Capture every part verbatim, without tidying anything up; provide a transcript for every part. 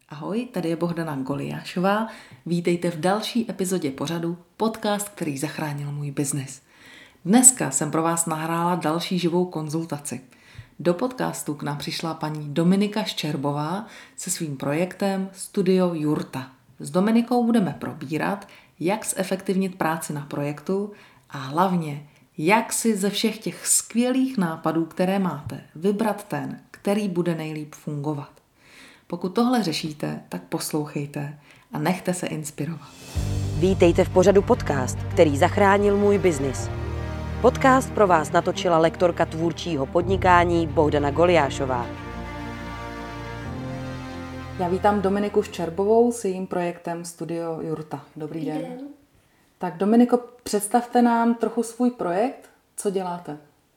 Ahoj, tady je Bohdana Goliášová. Vítejte v další epizodě pořadu Podcast, který zachránil můj biznis. Dneska jsem pro vás nahrála další živou konzultaci. Do podcastu k nám přišla paní Dominika Ščerbová se svým projektem Studio Jurta. S Dominikou budeme probírat, jak zefektivnit práci na projektu a hlavně, jak si ze všech těch skvělých nápadů, které máte, vybrat ten, který bude nejlíp fungovat. Pokud tohle řešíte, tak poslouchejte a nechte se inspirovat. Vítejte v pořadu Podcast, který zachránil můj biznis. Podcast pro vás natočila lektorka tvůrčího podnikání Bohdana Goliášová. Já vítám Dominiku Ščerbovou s jejím projektem Studio Jurta. Dobrý den. den. Tak Dominiko, představte nám trochu svůj projekt. Co děláte?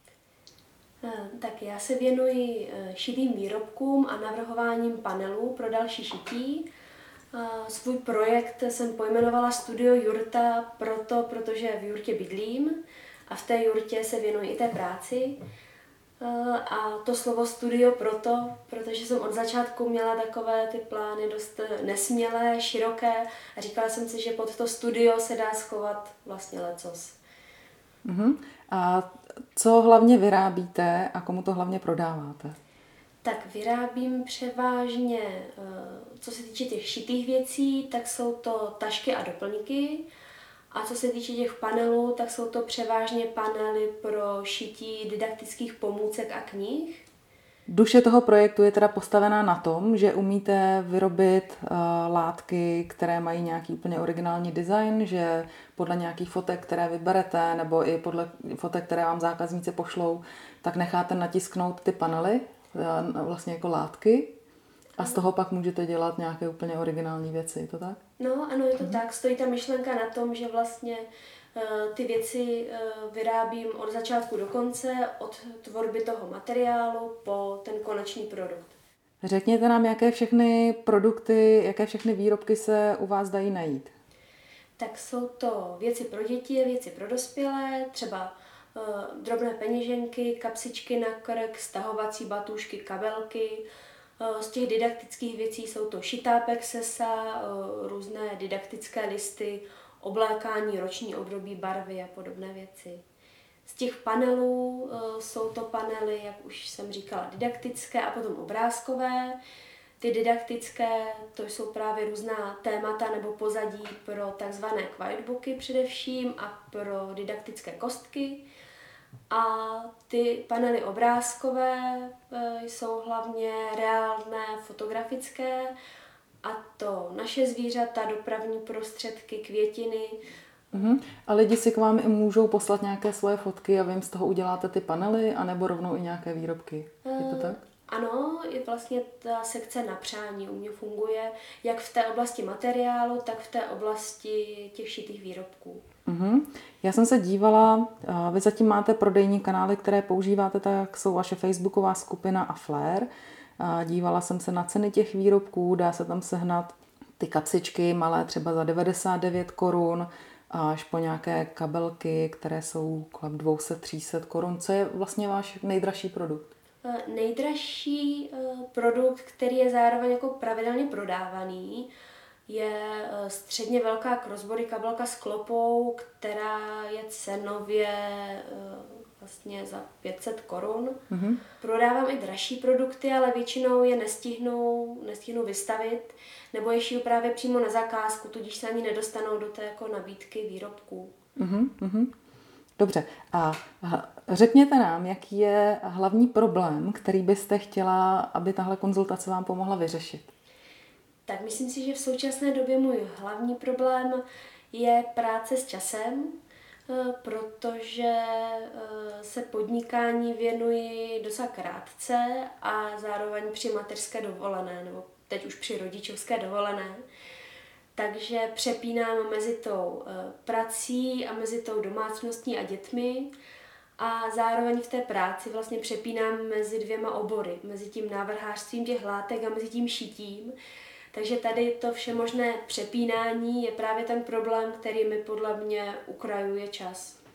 Tak já se věnuji šitým výrobkům a navrhováním panelů pro další šití. Svůj projekt jsem pojmenovala Studio Jurta proto, protože v Jurtě bydlím a v té Jurtě se věnuji i té práci. A to slovo studio proto, protože jsem od začátku měla takové ty plány dost nesmělé, široké a říkala jsem si, že pod to studio se dá schovat vlastně lecos. Uh-huh. A co hlavně vyrábíte a komu to hlavně prodáváte? Tak vyrábím převážně, co se týče těch šitých věcí, tak jsou to tašky a doplňky. A co se týče těch panelů, tak jsou to převážně panely pro šití didaktických pomůcek a knih. Duše toho projektu je teda postavená na tom, že umíte vyrobit uh, látky, které mají nějaký úplně originální design, že podle nějakých fotek, které vyberete, nebo i podle fotek, které vám zákazníci pošlou, tak necháte natisknout ty panely, uh, vlastně jako látky. A z toho pak můžete dělat nějaké úplně originální věci, je to tak? No, ano, je to mhm. tak. Stojí ta myšlenka na tom, že vlastně uh, ty věci uh, vyrábím od začátku do konce, od tvorby toho materiálu po ten konečný produkt. Řekněte nám, jaké všechny produkty, jaké všechny výrobky se u vás dají najít. Tak jsou to věci pro děti, věci pro dospělé, třeba uh, drobné peněženky, kapsičky na krk, stahovací batůžky, kabelky. Z těch didaktických věcí jsou to šitá pexesa, různé didaktické listy, oblékání, roční období, barvy a podobné věci. Z těch panelů jsou to panely, jak už jsem říkala, didaktické a potom obrázkové. Ty didaktické, to jsou právě různá témata nebo pozadí pro takzvané quitebooky především a pro didaktické kostky. A ty panely obrázkové jsou hlavně reálné, fotografické, a to naše zvířata, dopravní prostředky, květiny. Uh-huh. A lidi si k vám i můžou poslat nějaké svoje fotky a vy jim z toho uděláte ty panely, anebo rovnou i nějaké výrobky. Je to tak? Ano, i vlastně ta sekce na přání u mě funguje jak v té oblasti materiálu, tak v té oblasti těch šitých výrobků. Uh-huh. Já jsem se dívala, vy zatím máte prodejní kanály, které používáte, tak jsou vaše facebooková skupina a Flair. Dívala jsem se na ceny těch výrobků, dá se tam sehnat ty kapsičky malé třeba za devadesát devět korun, až po nějaké kabelky, které jsou kolem dvě stě až tři sta korun. Co je vlastně váš nejdražší produkt? Nejdražší produkt, který je zároveň jako pravidelně prodávaný, je středně velká crossbody kabelka s klopou, která je cenově vlastně za pět set korun. Mm-hmm. Prodávám i dražší produkty, ale většinou je nestihnou, nestihnou vystavit, nebo je šiju právě přímo na zakázku, tudíž se ani nedostanou do té jako nabídky výrobků. Mm-hmm. Dobře. A řekněte nám, jaký je hlavní problém, který byste chtěla, aby tahle konzultace vám pomohla vyřešit? Tak myslím si, že v současné době můj hlavní problém je práce s časem, protože se podnikání věnuji docela krátce a zároveň při mateřské dovolené, nebo teď už při rodičovské dovolené. Takže přepínám mezi tou prací a mezi tou domácností a dětmi a zároveň v té práci vlastně přepínám mezi dvěma obory, mezi tím návrhářstvím těch látek a mezi tím šitím. Takže tady to všemožné přepínání je právě ten problém, který mi podle mě ukrajuje čas.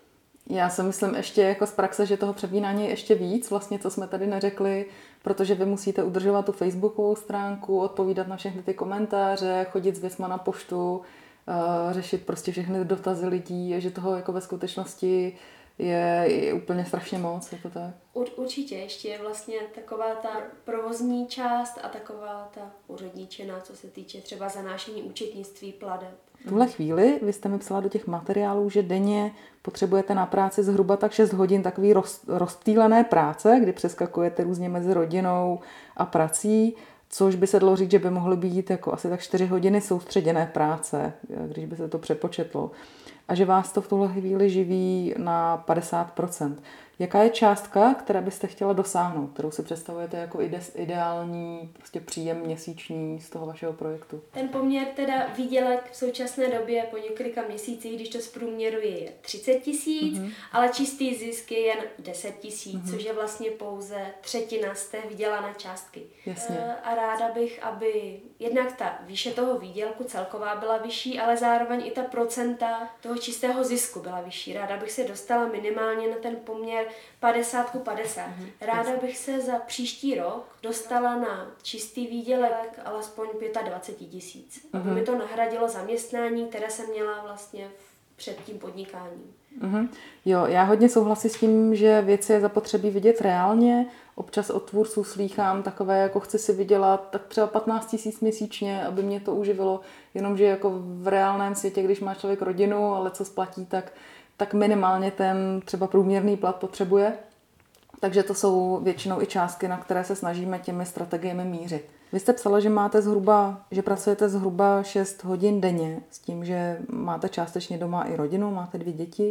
Já si myslím ještě jako z praxe, že toho přepínání je ještě víc, vlastně co jsme tady neřekli, protože vy musíte udržovat tu facebookovou stránku, odpovídat na všechny ty komentáře, chodit s věcma na poštu, řešit prostě všechny dotazy lidí, že toho jako ve skutečnosti je, je úplně strašně moc, je to tak? Ur, určitě, ještě je vlastně taková ta provozní část a taková ta úředničina, co se týče třeba zanášení účetnictví, plateb. V tuhle chvíli vy jste mi psala do těch materiálů, že denně potřebujete na práci zhruba tak šest hodin takový roz, rozptýlené práce, kdy přeskakujete různě mezi rodinou a prací, což by se dalo říct, že by mohly být jako asi tak čtyři hodiny soustředěné práce, když by se to přepočetlo. A že vás to v tuhle chvíli živí na padesát procent. Jaká je částka, která byste chtěla dosáhnout, kterou si představujete jako ide- ideální prostě příjem měsíční z toho vašeho projektu? Ten poměr teda výdělek v současné době po několika měsících, když to zprůměruje, je třicet tisíc, mm-hmm. ale čistý zisk je jen deset tisíc, mm-hmm. což je vlastně pouze třetina z té vydělané částky. Jasně. A ráda bych, aby jednak ta výše toho výdělku celková byla vyšší, ale zároveň i ta procenta toho čistého zisku byla vyšší. Ráda bych se dostala minimálně na ten poměr padesát ku padesát. Mm-hmm. Ráda bych se za příští rok dostala na čistý výdělek alespoň dvacet pět tisíc. Mm-hmm. Aby mi to nahradilo zaměstnání, které jsem měla vlastně před tím podnikáním. Mm-hmm. Jo, já hodně souhlasím s tím, že věci je zapotřebí vidět reálně. Občas od tvůrců slýchám takové, jako chci si vydělat tak třeba patnáct tisíc měsíčně, aby mě to uživilo. Jenomže jako v reálném světě, když má člověk rodinu, ale co splatí, tak tak minimálně ten třeba průměrný plat potřebuje. Takže to jsou většinou i částky, na které se snažíme těmi strategiemi mířit. Vy jste psala, že máte zhruba, že pracujete zhruba šest hodin denně, s tím, že máte částečně doma i rodinu, máte dvě děti.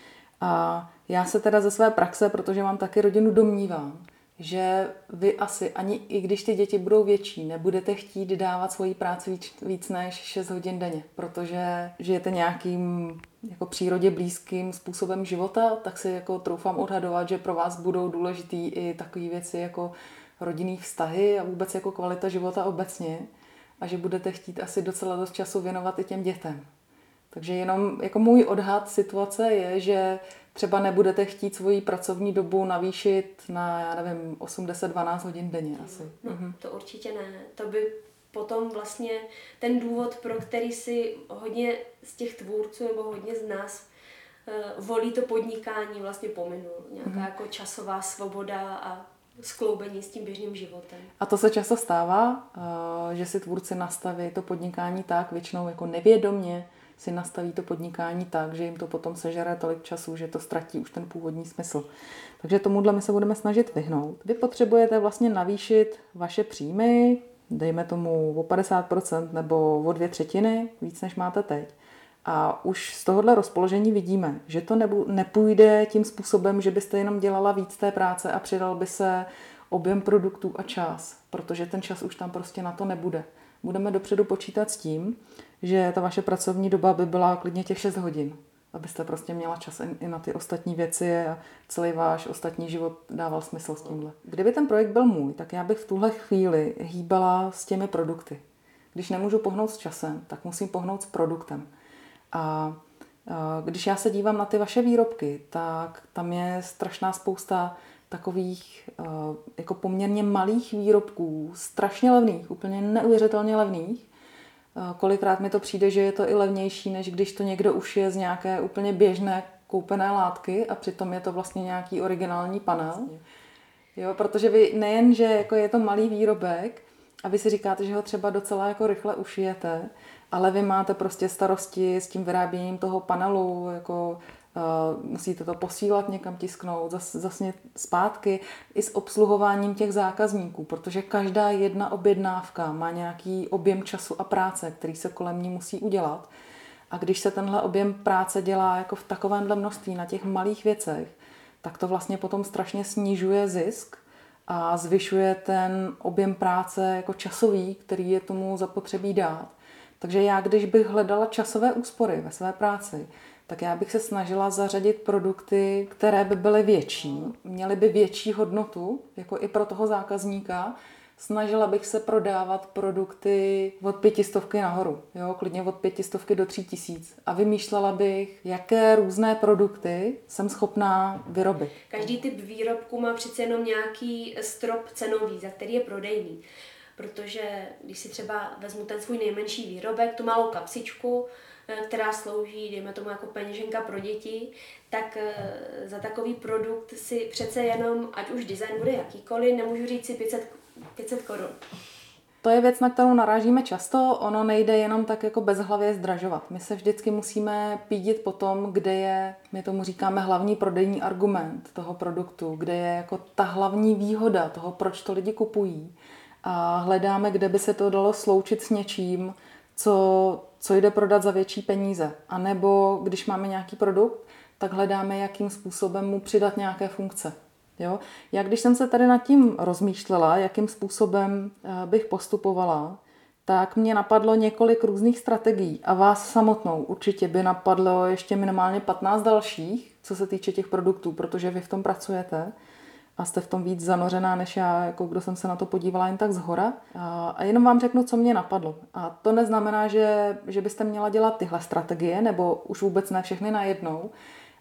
A já se teda ze své praxe, protože mám taky rodinu, domnívám, že vy asi ani i když ty děti budou větší, nebudete chtít dávat svoji práci víc, víc než šest hodin denně, protože žijete nějakým jako přírodě blízkým způsobem života, tak si jako troufám odhadovat, že pro vás budou důležitý i takové věci jako rodinný vztahy a vůbec jako kvalita života obecně a že budete chtít asi docela dost času věnovat i těm dětem. Takže jenom jako můj odhad situace je, že třeba nebudete chtít svoji pracovní dobu navýšit na, já nevím, osm, deset, dvanáct hodin denně asi. No, mhm. To určitě ne. To by potom vlastně ten důvod, pro který si hodně z těch tvůrců nebo hodně z nás uh, volí to podnikání, vlastně pominul. Nějaká mhm. jako časová svoboda a skloubení s tím běžným životem. A to se často stává, uh, že si tvůrci nastaví to podnikání tak, většinou jako nevědomně, si nastaví to podnikání tak, že jim to potom sežere tolik času, že to ztratí už ten původní smysl. Takže tomuhle my se budeme snažit vyhnout. Vy potřebujete vlastně navýšit vaše příjmy, dejme tomu o padesát procent nebo o dvě třetiny, víc než máte teď. A už z tohohle rozpoložení vidíme, že to nebu, nepůjde tím způsobem, že byste jenom dělala víc té práce a přidal by se objem produktů a čas, protože ten čas už tam prostě na to nebude. Budeme dopředu počítat s tím, že ta vaše pracovní doba by byla klidně těch šest hodin, abyste prostě měla čas i na ty ostatní věci a celý váš ostatní život dával smysl s tímhle. Kdyby ten projekt byl můj, tak já bych v tuhle chvíli hýbala s těmi produkty. Když nemůžu pohnout s časem, tak musím pohnout s produktem. A když já se dívám na ty vaše výrobky, tak tam je strašná spousta takových jako poměrně malých výrobků, strašně levných, úplně neuvěřitelně levných. Kolikrát mi to přijde, že je to i levnější, než když to někdo ušije z nějaké úplně běžné koupené látky a přitom je to vlastně nějaký originální panel. Jo, protože vy nejen, že jako je to malý výrobek a vy si říkáte, že ho třeba docela jako rychle ušijete, ale vy máte prostě starosti s tím vyráběním toho panelu, jako uh, musíte to posílat někam tisknout, zas, zasně zpátky, i s obsluhováním těch zákazníků, protože každá jedna objednávka má nějaký objem času a práce, který se kolem ní musí udělat. A když se tenhle objem práce dělá jako v takovémhle množství na těch malých věcech, tak to vlastně potom strašně snižuje zisk a zvyšuje ten objem práce jako časový, který je tomu zapotřebí dát. Takže já, když bych hledala časové úspory ve své práci, tak já bych se snažila zařadit produkty, které by byly větší, měly by větší hodnotu, jako i pro toho zákazníka, snažila bych se prodávat produkty od pětistovky nahoru, jo, klidně od pětistovky do tří tisíc. A vymýšlela bych, jaké různé produkty jsem schopná vyrobit. Každý typ výrobku má přece jenom nějaký strop cenový, za který je prodejný. Protože když si třeba vezmu ten svůj nejmenší výrobek, tu malou kapsičku, která slouží, dejme tomu, jako peněženka pro děti, tak za takový produkt si přece jenom, ať už design bude jakýkoliv, nemůžu říct si pět set korun. To je věc, na kterou narážíme často. Ono nejde jenom tak jako bezhlavě zdražovat. My se vždycky musíme pídit po tom, kde je, my tomu říkáme hlavní prodejní argument toho produktu, kde je jako ta hlavní výhoda toho, proč to lidi kupují. A hledáme, kde by se to dalo sloučit s něčím, co, co jde prodat za větší peníze. A nebo když máme nějaký produkt, tak hledáme, jakým způsobem mu přidat nějaké funkce. Jo? Já když jsem se tady nad tím rozmýšlela, jakým způsobem bych postupovala, tak mě napadlo několik různých strategií a vás samotnou určitě by napadlo ještě minimálně patnáct dalších, co se týče těch produktů, protože vy v tom pracujete a jste v tom víc zanořená než já, jako kdo jsem se na to podívala jen tak zhora. A jenom vám řeknu, co mě napadlo. A to neznamená, že, že byste měla dělat tyhle strategie, nebo už vůbec ne všechny najednou,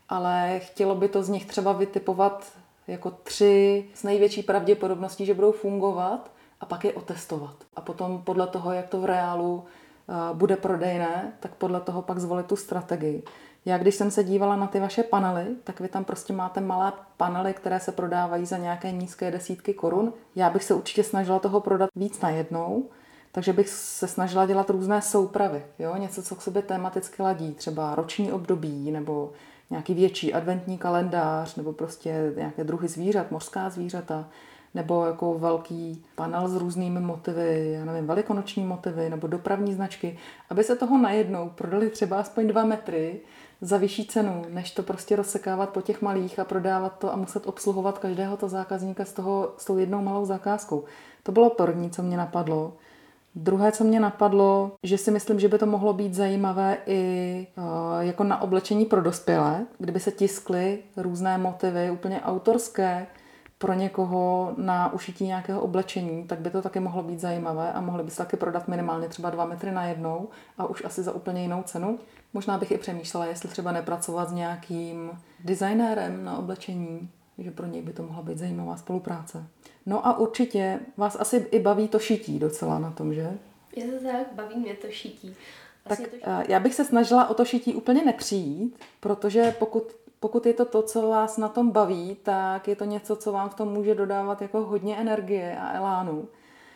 ale chtělo by to z nich třeba vytipovat jako tři s největší pravděpodobností, že budou fungovat a pak je otestovat. A potom podle toho, jak to v reálu bude prodejné, tak podle toho pak zvolit tu strategii. Já když jsem se dívala na ty vaše panely, tak vy tam prostě máte malé panely, které se prodávají za nějaké nízké desítky korun. Já bych se určitě snažila toho prodat víc najednou, takže bych se snažila dělat různé soupravy. Jo? Něco, co k sobě tematicky ladí, třeba roční období nebo nějaký větší adventní kalendář, nebo prostě nějaké druhy zvířat, mořská zvířata, nebo jako velký panel s různými motivy, já nevím, velikonoční motivy, nebo dopravní značky, aby se toho najednou prodali třeba aspoň dva metry za vyšší cenu, než to prostě rozsekávat po těch malých a prodávat to a muset obsluhovat každého to zákazníka s, toho, s tou jednou malou zakázkou. To bylo první, co mě napadlo. Druhé, co mě napadlo, že si myslím, že by to mohlo být zajímavé i uh, jako na oblečení pro dospělé, kdyby se tiskly různé motivy, úplně autorské, pro někoho na ušití nějakého oblečení, tak by to taky mohlo být zajímavé a mohli by se taky prodat minimálně třeba dva metry na jednou a už asi za úplně jinou cenu. Možná bych i přemýšlela, jestli třeba nepracovat s nějakým designérem na oblečení, že pro něj by to mohla být zajímavá spolupráce. No a určitě vás asi i baví to šití docela na tom, že? Je to tak, baví mě to šití. Vlastně tak to šití. Já bych se snažila o to šití úplně nepřijít, protože pokud, pokud je to to, co vás na tom baví, tak je to něco, co vám v tom může dodávat jako hodně energie a elánu.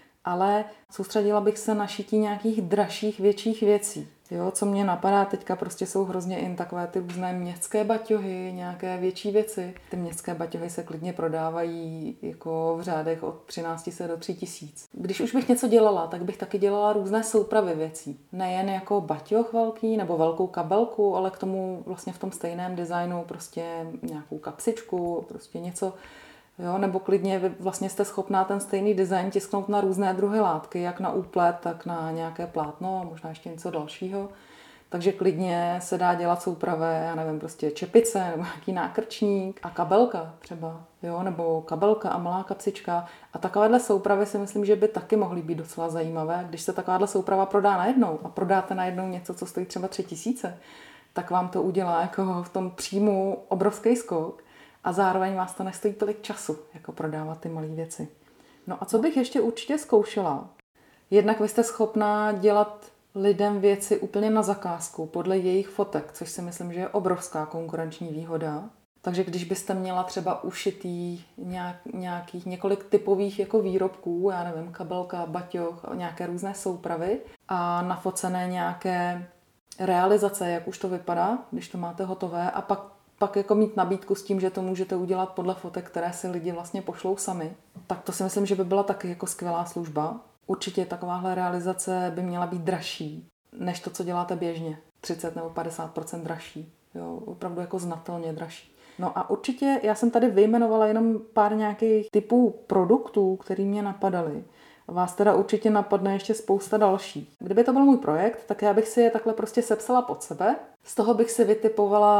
Ale soustředila bych se na šití nějakých dražších, větších věcí. Jo, co mě napadá teďka prostě jsou hrozně jen takové ty různé městské baťohy, nějaké větší věci. Ty městské baťohy se klidně prodávají jako v řádech od třináct set do tři tisíc. Když už bych něco dělala, tak bych taky dělala různé soupravy věcí. Nejen jako baťoh velký nebo velkou kabelku, ale k tomu vlastně v tom stejném designu prostě nějakou kapsičku, prostě něco. Jo, nebo klidně vy vlastně jste schopná ten stejný design tisknout na různé druhy látky, jak na úplet, tak na nějaké plátno, možná ještě něco dalšího. Takže klidně se dá dělat soupravé, já nevím, prostě čepice, nebo nějaký nákrčník a kabelka třeba, jo, nebo kabelka a malá kapsička. A takovéhle soupravy si myslím, že by taky mohly být docela zajímavé. Když se takováhle souprava prodá najednou a prodáte najednou něco, co stojí třeba tři tisíce, tak vám to udělá jako v tom příjmu obrovský skok. A zároveň vás to nestojí tolik času, jako prodávat ty malé věci. No a co bych ještě určitě zkoušela? Jednak vy jste schopná dělat lidem věci úplně na zakázku, podle jejich fotek, což si myslím, že je obrovská konkurenční výhoda. Takže když byste měla třeba ušitý nějak, nějakých několik typových jako výrobků, já nevím, kabelka, baťoch, nějaké různé soupravy a nafocené nějaké realizace, jak už to vypadá, když to máte hotové, a pak pak jako mít nabídku s tím, že to můžete udělat podle fotek, které si lidi vlastně pošlou sami, tak to si myslím, že by byla taky jako skvělá služba. Určitě takováhle realizace by měla být dražší, než to, co děláte běžně. třicet nebo padesát procent dražší. Jo, opravdu jako znatelně dražší. No a určitě, já jsem tady vyjmenovala jenom pár nějakých typů produktů, které mě napadaly. Vás teda určitě napadne ještě spousta dalších. Kdyby to byl můj projekt, tak já bych si je takhle prostě sepsala pod sebe. Z toho bych si vytipovala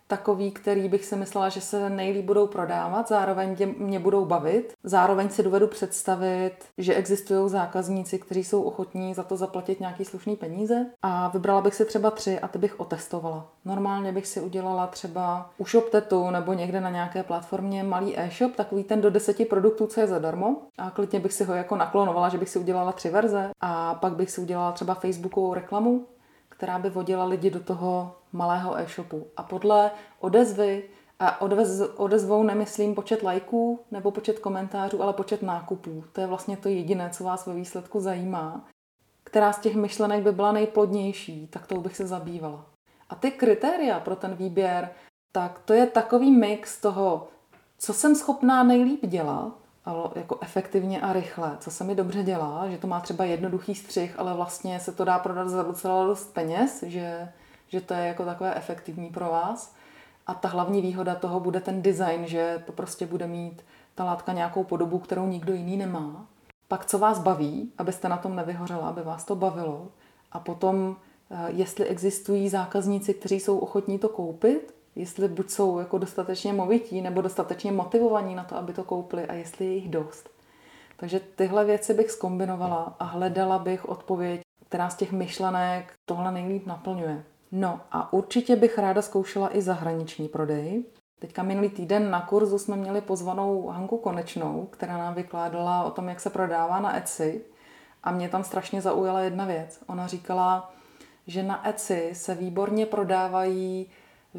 takový, který bych si myslela, že se nejlíp budou prodávat, zároveň mě budou bavit. Zároveň si dovedu představit, že existují zákazníci, kteří jsou ochotní za to zaplatit nějaký slušný peníze. A vybrala bych si třeba tři a ty bych otestovala. Normálně bych si udělala třeba u ShopTetu nebo někde na nějaké platformě malý e-shop, takový ten do deseti produktů, co je zadarmo. A klidně bych si ho jako naklonovala, že bych si udělala tři verze a pak bych si udělala třeba Facebookovou reklamu, která by vodila lidi do toho malého e-shopu. A podle odezvy, a odez, odezvou nemyslím počet lajků nebo počet komentářů, ale počet nákupů. To je vlastně to jediné, co vás ve výsledku zajímá. Která z těch myšlenek by byla nejplodnější, tak tou bych se zabývala. A ty kritéria pro ten výběr, tak to je takový mix toho, co jsem schopná nejlíp dělat, ale jako efektivně a rychle, co se mi dobře dělá, že to má třeba jednoduchý střih, ale vlastně se to dá prodat za docela dost peněz, že, že to je jako takové efektivní pro vás. A ta hlavní výhoda toho bude ten design, že to prostě bude mít ta látka nějakou podobu, kterou nikdo jiný nemá. Pak co vás baví, abyste na tom nevyhořela, aby vás to bavilo. A potom, jestli existují zákazníci, kteří jsou ochotní to koupit, jestli buď jsou jako dostatečně movití nebo dostatečně motivovaní na to, aby to koupili a jestli je jich dost. Takže tyhle věci bych zkombinovala a hledala bych odpověď, která z těch myšlenek tohle nejlíp naplňuje. No a určitě bych ráda zkoušela i zahraniční prodej. Teďka minulý týden na kurzu jsme měli pozvanou Hanku Konečnou, která nám vykládala o tom, jak se prodává na Etsy. A mě tam strašně zaujala jedna věc. Ona říkala, že na Etsy se výborně prodávají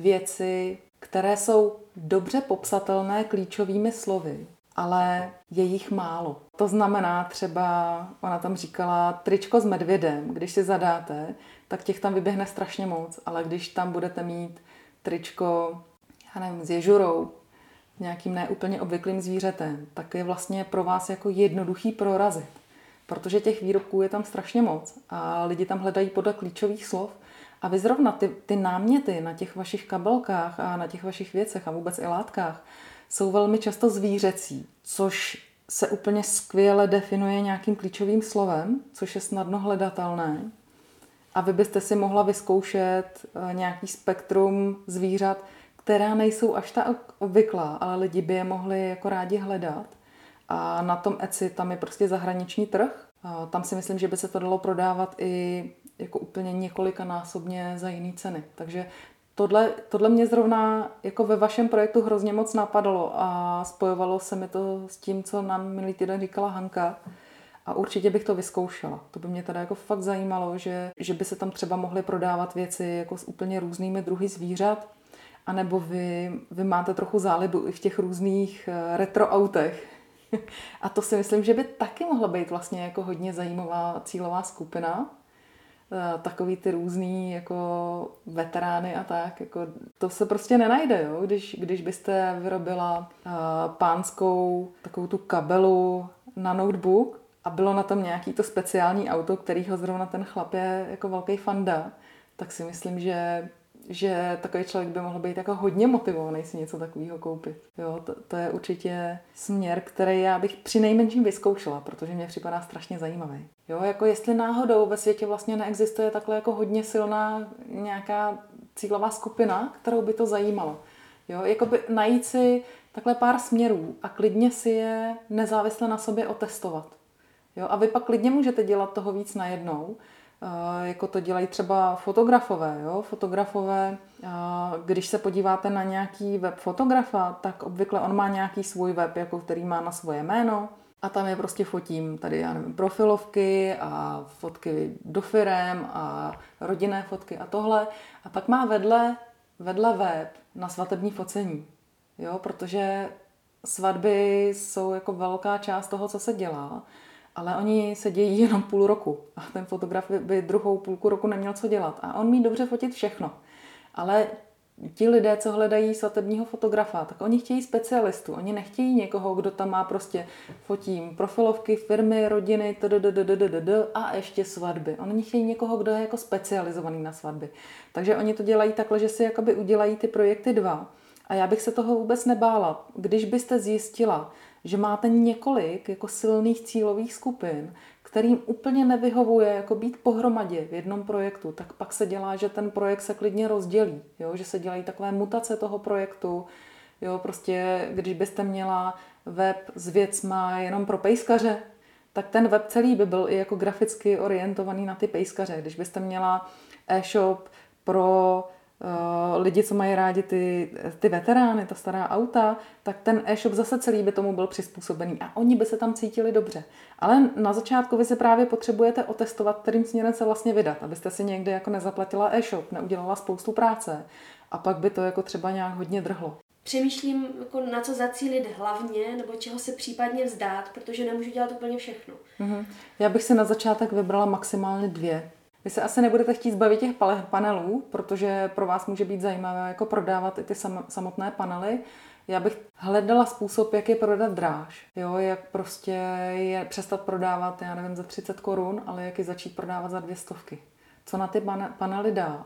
věci, které jsou dobře popsatelné klíčovými slovy, ale je jich málo. To znamená třeba, ona tam říkala, tričko s medvědem, když si zadáte, tak těch tam vyběhne strašně moc, ale když tam budete mít tričko, já nevím, s ježurou, nějakým neúplně obvyklým zvířetem, tak je vlastně pro vás jako jednoduchý prorazit, protože těch výrobků je tam strašně moc a lidi tam hledají podle klíčových slov. A vy zrovna ty, ty náměty na těch vašich kabelkách a na těch vašich věcech a vůbec i látkách jsou velmi často zvířecí, což se úplně skvěle definuje nějakým klíčovým slovem, což je snadno hledatelné. A vy byste si mohla vyzkoušet nějaký spektrum zvířat, která nejsou až tak obvyklá, ale lidi by je mohli jako rádi hledat. A na tom Etsy tam je prostě zahraniční trh. A tam si myslím, že by se to dalo prodávat i jako úplně několikanásobně za jiný ceny. Takže tohle, tohle mě zrovna jako ve vašem projektu hrozně moc napadalo a spojovalo se mi to s tím, co nám minulý týden říkala Hanka. A určitě bych to vyzkoušela. To by mě teda jako fakt zajímalo, že, že by se tam třeba mohly prodávat věci jako s úplně různými druhy zvířat. A nebo vy, vy máte trochu zálibu i v těch různých retro autech. A to si myslím, že by taky mohla být vlastně jako hodně zajímavá cílová skupina. Takový ty různý jako veterány a tak. Jako, to se prostě nenajde, jo? Když, když byste vyrobila uh, pánskou takovou tu kabelu na notebook a bylo na tom nějaký to speciální auto, kterýho zrovna ten chlap je jako velký fanda, tak si myslím, že že takový člověk by mohl být jako hodně motivovaný si něco takového koupit. Jo, to, to je určitě směr, který já bych při nejmenším vyzkoušela, protože mě připadá strašně zajímavý. Jo, jako jestli náhodou ve světě vlastně neexistuje takhle jako hodně silná nějaká cílová skupina, kterou by to zajímalo. Jo, jakoby najít si takhle pár směrů a klidně si je nezávisle na sobě otestovat. Jo, a vy pak klidně můžete dělat toho víc najednou, jako to dělají třeba fotografové. Jo? Fotografové, když se podíváte na nějaký web fotografa, tak obvykle on má nějaký svůj web, jako který má na svoje jméno a tam je prostě fotím tady, já nevím, profilovky a fotky do firem a rodinné fotky a tohle. A pak má vedle, vedle web na svatební focení, jo? Protože svatby jsou jako velká část toho, co se dělá. Ale oni se dějí jenom půl roku a ten fotograf by druhou půlku roku neměl co dělat. A on umí dobře fotit všechno. Ale ti lidé, co hledají svatebního fotografa, tak oni chtějí specialistu. Oni nechtějí někoho, kdo tam má prostě fotím profilovky, firmy, rodiny, a ještě svatby. Oni chtějí někoho, kdo je jako specializovaný na svatby. Takže oni to dělají takhle, že si jakoby udělají ty projekty dva. A já bych se toho vůbec nebála. Když byste zjistila, že máte několik jako silných cílových skupin, kterým úplně nevyhovuje jako být pohromadě v jednom projektu, tak pak se dělá, že ten projekt se klidně rozdělí, jo? Že se dělají takové mutace toho projektu. Jo? Prostě, když byste měla web s věcma jenom pro pejskaře, tak ten web celý by byl i jako graficky orientovaný na ty pejskaře. Když byste měla e-shop pro uh, lidi, co mají rádi ty, ty veterány, ta stará auta, tak ten e-shop zase celý by tomu byl přizpůsobený a oni by se tam cítili dobře. Ale na začátku vy si právě potřebujete otestovat, kterým směrem se vlastně vydat, abyste si někdy jako nezaplatila e-shop, neudělala spoustu práce a pak by to jako třeba nějak hodně drhlo. Přemýšlím, jako na co zacílit hlavně, nebo čeho se případně vzdát, protože nemůžu dělat úplně všechno. Mm-hmm. Já bych si na začátek vybrala maximálně dvě. Vy se asi nebudete chtít zbavit těch panelů, protože pro vás může být zajímavé jako prodávat i ty samotné panely. Já bych hledala způsob, jak je prodat dráž. Jo, jak prostě je přestat prodávat, já nevím, za třicet korun, ale jak je začít prodávat za dvě stovky. Co na ty panely dát?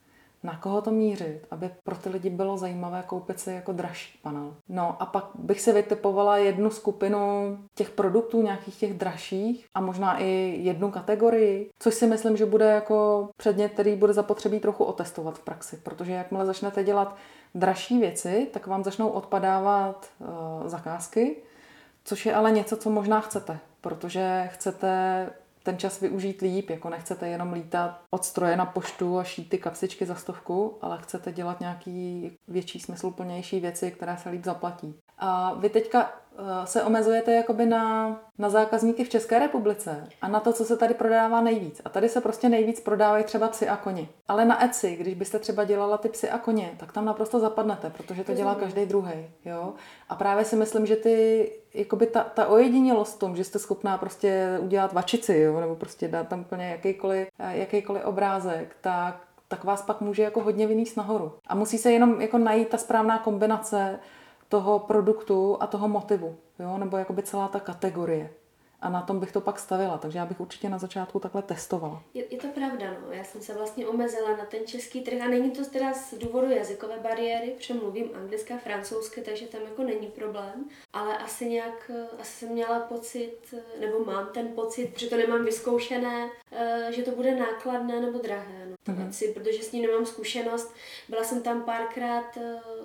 Na koho to mířit, aby pro ty lidi bylo zajímavé koupit si jako dražší panel. No a pak bych si vytipovala jednu skupinu těch produktů, nějakých těch dražších a možná i jednu kategorii, což si myslím, že bude jako předmět, který bude zapotřebí trochu otestovat v praxi, protože jakmile začnete dělat dražší věci, tak vám začnou odpadávat uh, zakázky, což je ale něco, co možná chcete, protože chcete ten čas využít líp, jako nechcete jenom lítat od stroje na poštu a šít ty kapsičky za stovku, ale chcete dělat nějaký větší, smysluplnější věci, které se líp zaplatí. A vy teďka se omezujete jakoby na, na zákazníky v České republice a na to, co se tady prodává nejvíc. A tady se prostě nejvíc prodávají třeba psy a koně. Ale na Etsy, když byste třeba dělala ty psy a koně, tak tam naprosto zapadnete, protože to dělá každý druhý. Jo? A právě si myslím, že ty, jakoby ta, ta ojedinělost v tom, že jste schopná prostě udělat vačici, jo? Nebo prostě dát tam úplně jakýkoliv, jakýkoliv obrázek, tak tak vás pak může jako hodně vynést nahoru. A musí se jenom jako najít ta správná kombinace toho produktu a toho motivu, jo? Nebo jakoby celá ta kategorie. A na tom bych to pak stavila, takže já bych určitě na začátku takhle testovala. Je, je to pravda, no. Já jsem se vlastně omezila na ten český trh a není to teda z důvodu jazykové bariéry, protože mluvím anglicky a francouzsky, takže tam jako není problém, ale asi nějak, asi jsem měla pocit, nebo mám ten pocit, že to nemám vyzkoušené, že to bude nákladné nebo drahé, no. Mm-hmm. Asi, protože s ním nemám zkušenost. Byla jsem tam párkrát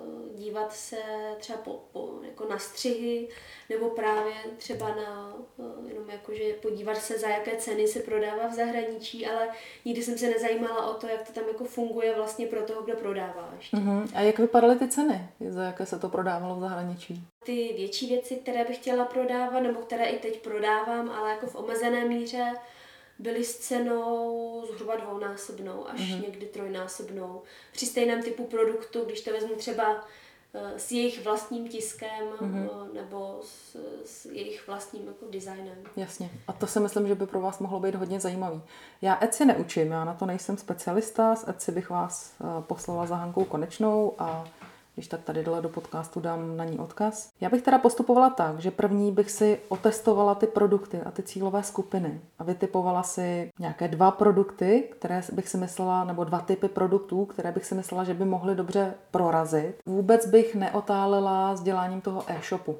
dívat se třeba po, po, jako na střihy, nebo právě třeba na jenom jakože podívat se, za jaké ceny se prodává v zahraničí, ale nikdy jsem se nezajímala o to, jak to tam jako funguje vlastně pro toho, kdo prodává ještě. Uh-huh. A jak vypadaly ty ceny, za jaké se to prodávalo v zahraničí? Ty větší věci, které bych chtěla prodávat, nebo které i teď prodávám, ale jako v omezené míře, byly s cenou zhruba dvounásobnou, až uh-huh. někdy trojnásobnou. Při stejném typu produktu, když to vezmu třeba s jejich vlastním tiskem mm-hmm. nebo s, s jejich vlastním jako designem. Jasně. A to si myslím, že by pro vás mohlo být hodně zajímavý. Já Etsy neučím, já na to nejsem specialista. S Etsy bych vás poslala za Hankou Konečnou a když tak tady dole do podcastu dám na ní odkaz. Já bych teda postupovala tak, že první bych si otestovala ty produkty a ty cílové skupiny a vytipovala si nějaké dva produkty, které bych si myslela, nebo dva typy produktů, které bych si myslela, že by mohly dobře prorazit. Vůbec bych neotálela s děláním toho e-shopu,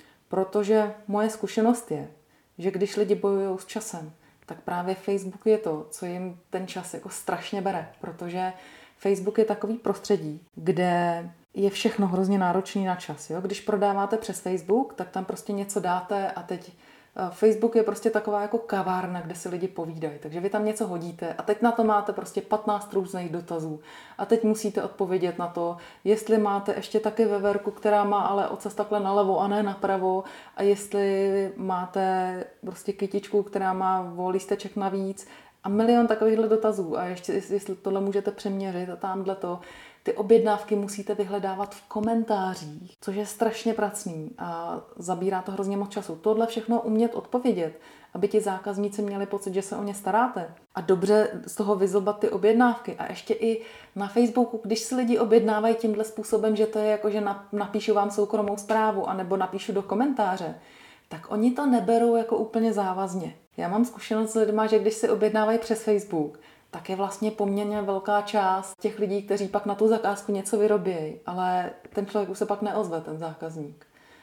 protože moje zkušenost je, že když lidi bojují s časem, tak právě Facebook je to, co jim ten čas jako strašně bere, protože Facebook je takový prostředí, kde je všechno hrozně náročný na čas. Jo? Když prodáváte přes Facebook, tak tam prostě něco dáte a teď Facebook je prostě taková jako kavárna, kde si lidi povídají. Takže vy tam něco hodíte a teď na to máte prostě patnáct různých dotazů. A teď musíte odpovědět na to, jestli máte ještě taky veverku, která má ale ocas takhle nalevo a ne napravo. A jestli máte prostě kytičku, která má o lísteček navíc. A milion takovýchhle dotazů. A ještě jestli tohle můžete přeměřit a tamhle to. Ty objednávky musíte vyhledávat v komentářích, což je strašně pracný a zabírá to hrozně moc času. Tohle všechno umět odpovědět, aby ti zákazníci měli pocit, že se o ně staráte. A dobře z toho vyzobat ty objednávky. A ještě i na Facebooku, když si lidi objednávají tímhle způsobem, že to je jako, že napíšu vám soukromou zprávu anebo napíšu do komentáře, tak oni to neberou jako úplně závazně. Já mám zkušenost s lidma, že když si objednávají přes Facebook, tak je vlastně poměrně velká část těch lidí, kteří pak na tu zakázku něco vyrobějí, ale ten člověk už se pak neozve, ten zákazník.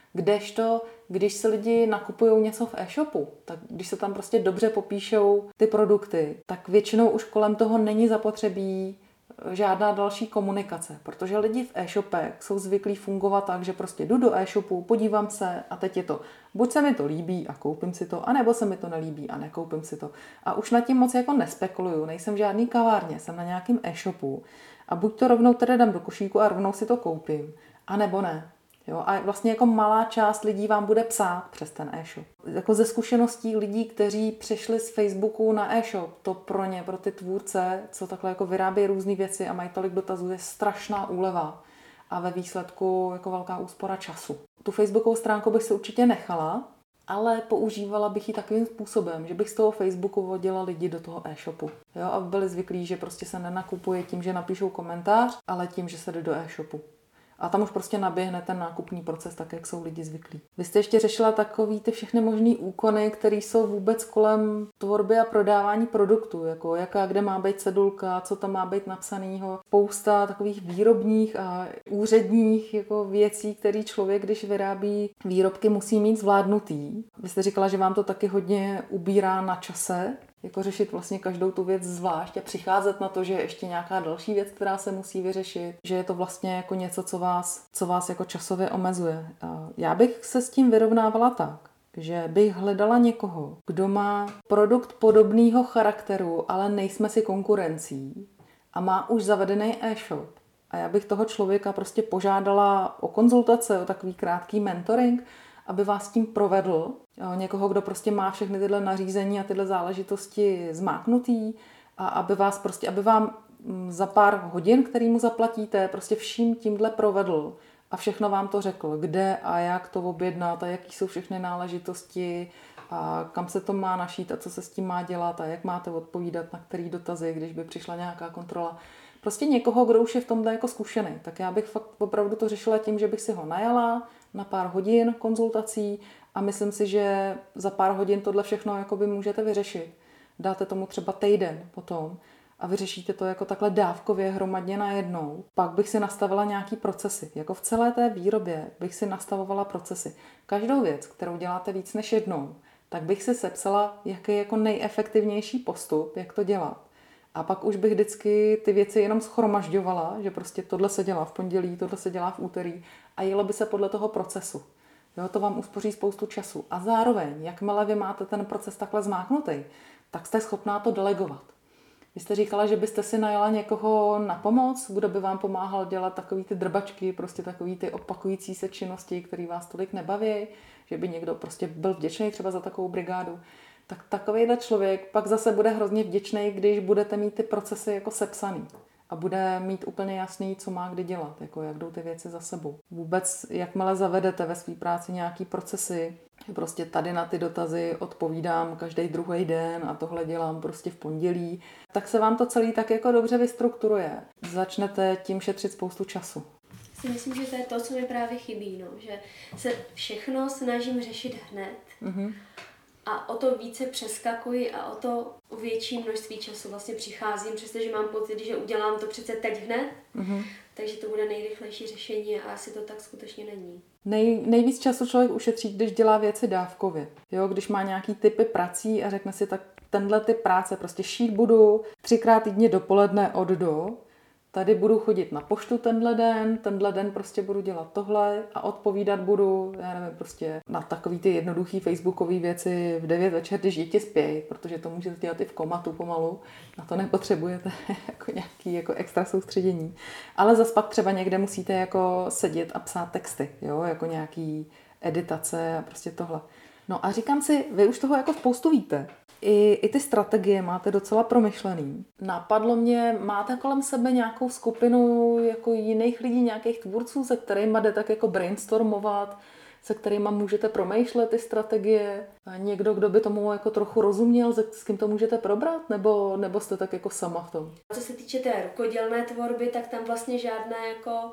Kdežto, když si lidi nakupují něco v e-shopu, tak když se tam prostě dobře popíšou ty produkty, tak většinou už kolem toho není zapotřebí žádná další komunikace, protože lidi v e-shopech jsou zvyklí fungovat tak, že prostě jdu do e-shopu, podívám se a teď je to, buď se mi to líbí a koupím si to, anebo se mi to nelíbí a nekoupím si to. A už nad tím moc jako nespekuluju, nejsem v žádný kavárně, jsem na nějakém e-shopu a buď to rovnou teda dám do košíku a rovnou si to koupím, anebo ne. Jo, a vlastně jako malá část lidí vám bude psát přes ten e-shop. Jako ze zkušeností lidí, kteří přešli z Facebooku na e-shop, to pro ně, pro ty tvůrce, co takhle jako vyrábějí různé věci a mají tolik dotazů, je strašná úleva a ve výsledku jako velká úspora času. Tu Facebookovou stránku bych si určitě nechala, ale používala bych ji takovým způsobem, že bych z toho Facebooku vodila lidi do toho e-shopu. Jo, aby byli zvyklí, že prostě se nenakupuje tím, že napíšou komentář, ale tím, že se jde do e-shopu. A tam už prostě naběhne ten nákupní proces tak, jak jsou lidi zvyklí. Vy jste ještě řešila takový ty všechny možný úkony, které jsou vůbec kolem tvorby a prodávání produktů, jako jaká, kde má být cedulka, co tam má být napsanýho. Spousta takových výrobních a úředních jako věcí, které člověk, když vyrábí výrobky, musí mít zvládnutý. Vy jste říkala, že vám to taky hodně ubírá na čase, jako řešit vlastně každou tu věc zvlášť a přicházet na to, že je ještě nějaká další věc, která se musí vyřešit, že je to vlastně jako něco, co vás, co vás jako časově omezuje. Já bych se s tím vyrovnávala tak, že bych hledala někoho, kdo má produkt podobného charakteru, ale nejsme si konkurencí a má už zavedený e-shop. A já bych toho člověka prostě požádala o konzultace, o takový krátký mentoring, aby vás tím provedl, někoho, kdo prostě má všechny tyhle nařízení a tyhle záležitosti zmáknutý a aby vás prostě, aby vám za pár hodin, který mu zaplatíte, prostě vším tímhle provedl a všechno vám to řekl, kde a jak to objednat a jaký jsou všechny náležitosti a kam se to má našít a co se s tím má dělat a jak máte odpovídat na který dotazy, když by přišla nějaká kontrola. Prostě někoho, kdo už je v tomhle jako zkušený. Tak já bych fakt opravdu to řešila tím, že bych si ho najala na pár hodin konzultací a myslím si, že za pár hodin tohle všechno jakoby můžete vyřešit. Dáte tomu třeba týden potom a vyřešíte to jako takhle dávkově hromadně najednou. Pak bych si nastavila nějaký procesy. Jako v celé té výrobě bych si nastavovala procesy. Každou věc, kterou děláte víc než jednou, tak bych si sepsala, jaký je jako nejefektivnější postup, jak to dělat. A pak už bych vždycky ty věci jenom schromažďovala, že prostě tohle se dělá v pondělí, tohle se dělá v úterý a jelo by se podle toho procesu. Jo, to vám uspoří spoustu času. A zároveň, jakmile vy máte ten proces takhle zmáknutý, tak jste schopná to delegovat. Vy jste říkala, že byste si najala někoho na pomoc, kdo by vám pomáhal dělat takový ty drbačky, prostě takový ty opakující se činnosti, které vás tolik nebaví, že by někdo prostě byl vděčný třeba za takovou brigádu. Tak takovejhle člověk pak zase bude hrozně vděčný, když budete mít ty procesy jako sepsaný a bude mít úplně jasný, co má kdy dělat, jako jak jdou ty věci za sebou. Vůbec, jakmile zavedete ve své práci nějaký procesy, prostě tady na ty dotazy odpovídám každý druhý den a tohle dělám prostě v pondělí, tak se vám to celý tak jako dobře vystrukturuje. Začnete tím šetřit spoustu času. Si myslím, že to je to, co mi právě chybí, no, že se všechno snažím řešit hned. Mm-hmm. A o to více přeskakuji a o to větší množství času vlastně přicházím, přestože mám pocit, že udělám to přece teď hned, mm-hmm. takže to bude nejrychlejší řešení a asi to tak skutečně není. Nej, nejvíc času člověk ušetří, když dělá věci dávkově. Jo, když má nějaký typy prací a řekne si, tak tenhle typ práce prostě šít budu třikrát týdně dopoledne od do, tady budu chodit na poštu tenhle den, tenhle den prostě budu dělat tohle a odpovídat budu, já nevím, prostě na takový ty jednoduchý facebookové věci v devět večer, když děti spějí, protože to můžete dělat i v komatu pomalu, na to nepotřebujete jako nějaký jako extra soustředění. Ale zas pak třeba někde musíte jako sedět a psát texty, jo, jako nějaký editace a prostě tohle. No a říkám si, vy už toho jako spoustu víte. I, I ty strategie máte docela promyšlený. Napadlo mě, máte kolem sebe nějakou skupinu jako jiných lidí, nějakých tvůrců, se kterými jde tak jako brainstormovat, se kterými můžete promýšlet ty strategie? A někdo, kdo by tomu jako trochu rozuměl, s kým to můžete probrat? Nebo, nebo jste tak jako sama v tom? Co se týče té rukodělné tvorby, tak tam vlastně žádné jako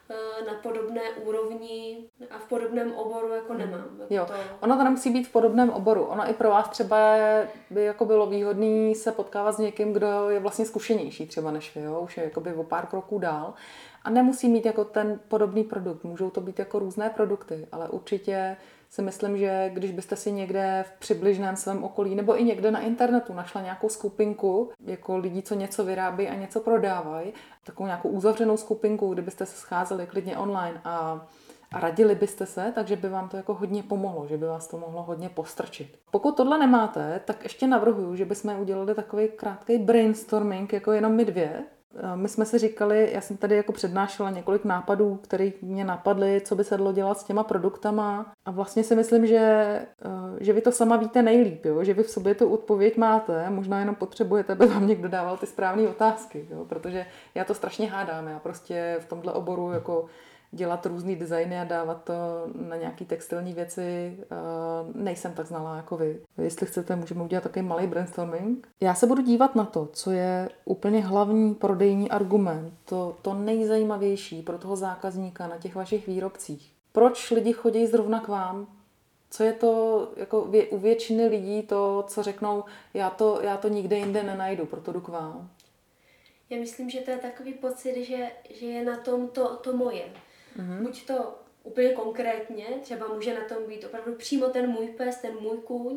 na podobné úrovni a v podobném oboru jako nemám. Jako Jo, to... ono to nemusí být v podobném oboru. Ono i pro vás třeba by jako bylo výhodné se potkávat s někým, kdo je vlastně zkušenější třeba než vy, jo? Už je jakoby o pár kroků dál. A nemusí mít jako ten podobný produkt. Můžou to být jako různé produkty, ale určitě si myslím, že když byste si někde v přibližném svém okolí nebo i někde na internetu našla nějakou skupinku jako lidí, co něco vyrábí a něco prodávají, takovou nějakou uzavřenou skupinku, kdybyste se scházeli klidně online a, a radili byste se, takže by vám to jako hodně pomohlo, že by vás to mohlo hodně postrčit. Pokud tohle nemáte, tak ještě navrhuju, že bychom udělali takový krátký brainstorming, jako jenom my dvě. My jsme si říkali, já jsem tady jako přednášela několik nápadů, které mě napadly, co by se dalo dělat s těma produktama. A vlastně si myslím, že, že vy to sama víte nejlíp, jo? Že vy v sobě tu odpověď máte, možná jenom potřebujete, aby vám někdo dával ty správné otázky, jo? Protože já to strašně hádám, já prostě v tomhle oboru jako dělat různý designy a dávat to na nějaký textilní věci nejsem tak znalá jako vy. Jestli chcete, můžeme udělat takový malý brainstorming. Já se budu dívat na to, co je úplně hlavní prodejní argument, to, to nejzajímavější pro toho zákazníka na těch vašich výrobcích. Proč lidi chodí zrovna k vám? Co je to jako vě, u většiny lidí to, co řeknou, já to, já to nikde jinde nenajdu, proto jdu k vám? Já myslím, že to je takový pocit, že, že je na tom to, to moje. Mm-hmm. Buď to úplně konkrétně, třeba může na tom být opravdu přímo ten můj pes, ten můj kůň,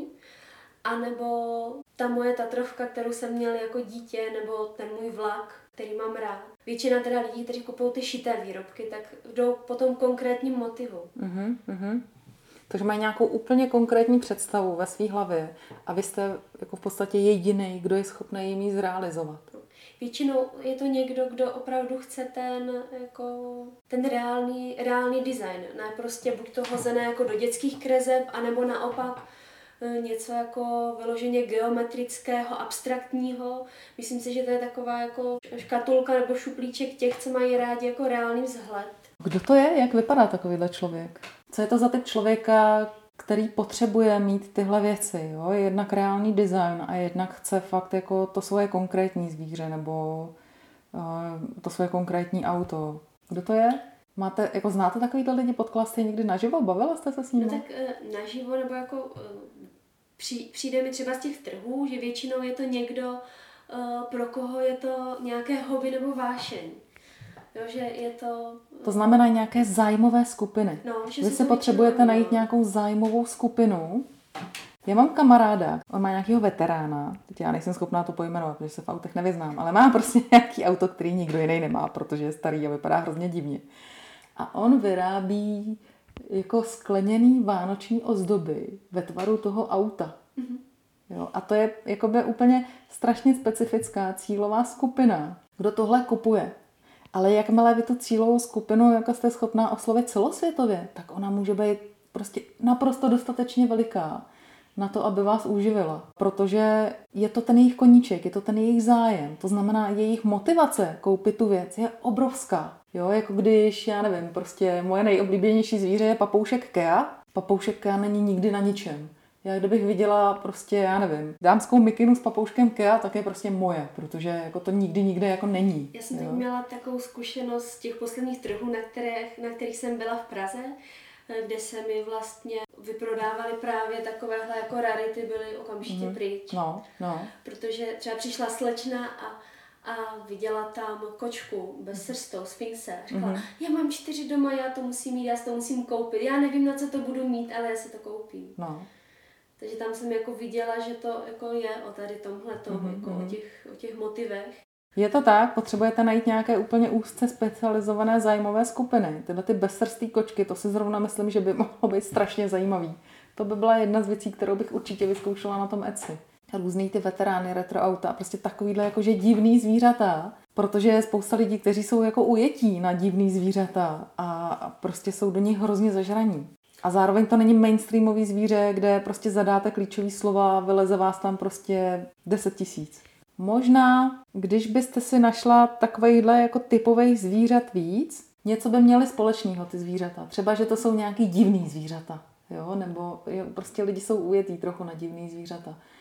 anebo ta moje tatrovka, kterou jsem měl jako dítě, nebo ten můj vlak, který mám rád. Většina teda lidí, kteří kupují ty šité výrobky, tak jdou po tom konkrétním motivu. Mm-hmm. Takže mají nějakou úplně konkrétní představu ve své hlavě a vy jste jako v podstatě jediný, kdo je schopný jim ji zrealizovat. Většinou je to někdo, kdo opravdu chce ten, jako, ten reálný, reálný design. Ne prostě buď to hozené jako do dětských kreseb, anebo naopak něco jako vyloženě geometrického, abstraktního. Myslím si, že to je taková jako škatulka nebo šuplíček těch, co mají rádi jako reálný vzhled. Kdo to je? Jak vypadá takovýhle člověk? Co je to za typ člověka, který potřebuje mít tyhle věci? Jo? Jednak reálný design a jednak chce fakt jako to svoje konkrétní zvíře nebo uh, to svoje konkrétní auto. Kdo to je? Máte, jako znáte takovýhle lidi, potkala jste někdy naživo? Bavila jste se s nimi? No tak naživo nebo jako při, přijde mi třeba z těch trhů, že většinou je to někdo, pro koho je to nějaké hobby nebo vášeň. Jo, že je to... To znamená nějaké zájmové skupiny. No, že Vy si potřebujete najít no. nějakou zájmovou skupinu. Já mám kamaráda, on má nějakého veterána, teď já nejsem schopná to pojmenovat, protože se v autech nevyznám, ale má prostě nějaký auto, který nikdo jiný nemá, protože je starý a vypadá hrozně divně. A on vyrábí jako skleněný vánoční ozdoby ve tvaru toho auta. Mm-hmm. Jo, a to je jakoby úplně strašně specifická cílová skupina, kdo tohle kupuje. Ale jakmile vy tu cílovou skupinu jako jste schopná oslovit celosvětově, tak ona může být prostě naprosto dostatečně veliká na to, aby vás uživila. Protože je to ten jejich koníček, je to ten jejich zájem. To znamená, jejich motivace koupit tu věc je obrovská. Jo, jako když, já nevím, prostě moje nejoblíbenější zvíře je papoušek Kea. Papoušek Kea není nikdy na ničem. Já kdybych viděla prostě, já nevím, dámskou mikinu s papouškem Kea, tak je prostě moje, protože jako to nikdy nikde jako není. Já jsem jo? teď měla takovou zkušenost z těch posledních trhů, na kterých, na kterých jsem byla v Praze, kde se mi vlastně vyprodávaly právě takovéhle jako rarity, byly okamžitě mm. pryč. No, no. Protože třeba přišla slečna a a viděla tam kočku bez srstou, sfinxe. Říkala, mm-hmm. já mám čtyři doma, já to musím mít, já si to musím koupit. Já nevím, na co to budu mít, ale já si to koupím. No. Takže tam jsem jako viděla, že to jako je o tady tomhletom, mm-hmm. jako o těch, o těch motivech. Je to tak, potřebujete najít nějaké úplně úzce specializované zájmové skupiny. Tyhle ty bezsrstý kočky, to si zrovna myslím, že by mohlo být strašně zajímavý. To by byla jedna z věcí, kterou bych určitě vyzkoušela na tom Etsy. Různý ty veterány, retro auta, prostě takovýhle jakože divný zvířata, protože je spousta lidí, kteří jsou jako ujetí na divný zvířata a, a prostě jsou do nich hrozně zažraní. A zároveň to není mainstreamový zvíře, kde prostě zadáte klíčový slova a vyleze vás tam prostě deset tisíc. Možná, když byste si našla takovejhle jako typových zvířat víc, něco by měly společného ty zvířata. Třeba, že to jsou nějaký divný zvířata, jo? Nebo jo, prostě lidi jsou ujetí trochu na divný zvířata.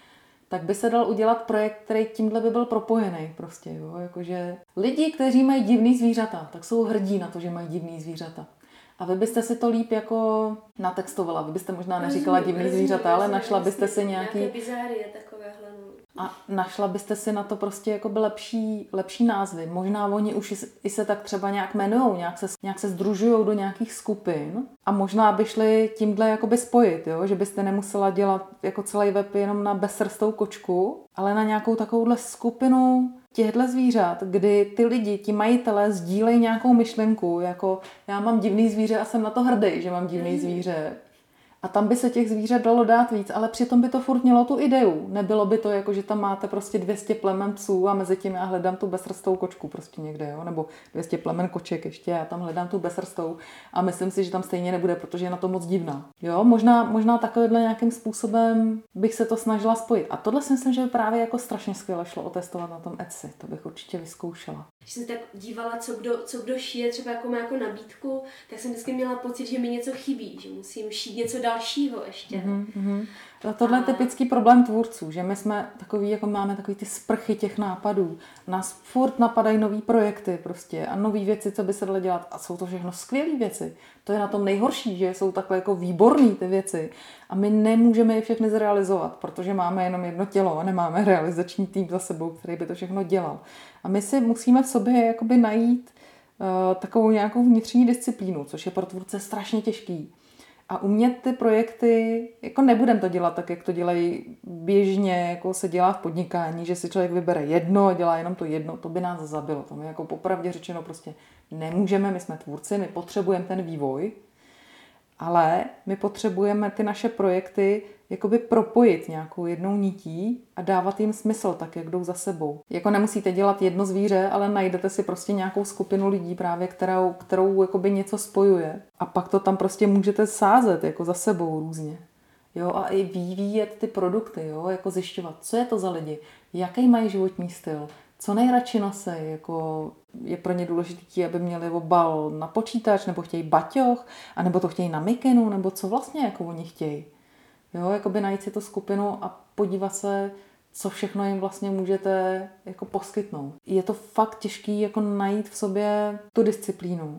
tak by se dal udělat projekt, který tímhle by byl propojený prostě, jo, jakože lidi, kteří mají divný zvířata, tak jsou hrdí na to, že mají divný zvířata. A vy byste si to líp jako natextovala, vy byste možná neříkala divný rozumím, zvířata, ale našla byste jasný, si nějaký... Nějaké bizárie takovéhle. A našla byste si na to prostě jakoby lepší, lepší názvy. Možná oni už i se tak třeba nějak jmenujou, nějak se, nějak se sdružujou do nějakých skupin a možná by šli tímhle jakoby spojit, jo? Že byste nemusela dělat jako celý web jenom na bezsrstou kočku, ale na nějakou takovouhle skupinu těchto zvířat, kdy ty lidi, ti majitelé sdílejí nějakou myšlenku, jako já mám divný zvíře a jsem na to hrdý, že mám divný zvíře. A tam by se těch zvířat dalo dát víc, ale přitom by to furt mělo tu ideu. Nebylo by to jako, že tam máte prostě dvě stě plemen psů a mezi tím já hledám tu bezsrstou kočku prostě někde, jo? Nebo dvě stě plemen koček ještě, já tam hledám tu bezsrstou a myslím si, že tam stejně nebude, protože je na to moc divná. Jo? Možná, možná takovýhle nějakým způsobem bych se to snažila spojit. A tohle si myslím, že by právě jako strašně skvěle šlo otestovat na tom Etsy. To bych určitě vyzkoušela. Když jsem tak dívala, co kdo, co kdo šije, třeba jako má jako nabídku, tak jsem vždycky měla pocit, že mi něco chybí, že musím šít něco dalšího ještě. Mm-hmm. Tohle je typický problém tvůrců, že my jsme takový, jako máme takový ty sprchy těch nápadů. Nás furt napadají nový projekty prostě a nový věci, co by se daly dělat. A jsou to všechno skvělé věci. To je na tom nejhorší, že jsou takhle jako výborný ty věci. A my nemůžeme je všechny zrealizovat, protože máme jenom jedno tělo a nemáme realizační tým za sebou, který by to všechno dělal. A my si musíme v sobě jakoby najít uh, takovou nějakou vnitřní disciplínu, což je pro tvůrce strašně těžký. A umět ty projekty, jako nebudem to dělat tak, jak to dělají běžně, jako se dělá v podnikání, že si člověk vybere jedno a dělá jenom to jedno, to by nás zabilo. To my jako popravdě řečeno prostě nemůžeme, my jsme tvůrci, my potřebujeme ten vývoj, ale my potřebujeme ty naše projekty jakoby propojit nějakou jednou nití a dávat jim smysl tak, jak jdou za sebou. Jako nemusíte dělat jedno zvíře, ale najdete si prostě nějakou skupinu lidí právě, kterou, kterou jakoby něco spojuje a pak to tam prostě můžete sázet jako za sebou různě. Jo, a i vyvíjet ty produkty, jo, jako zjišťovat, co je to za lidi, jaký mají životní styl, co nejradši nosej, jako je pro ně důležité, aby měli obal na počítač, nebo chtějí baťoch, anebo to chtějí na mikinu, nebo co vlastně jako oni chtějí. Jo, jakoby najít si tu skupinu a podívat se, co všechno jim vlastně můžete jako poskytnout. Je to fakt těžký jako najít v sobě tu disciplínu,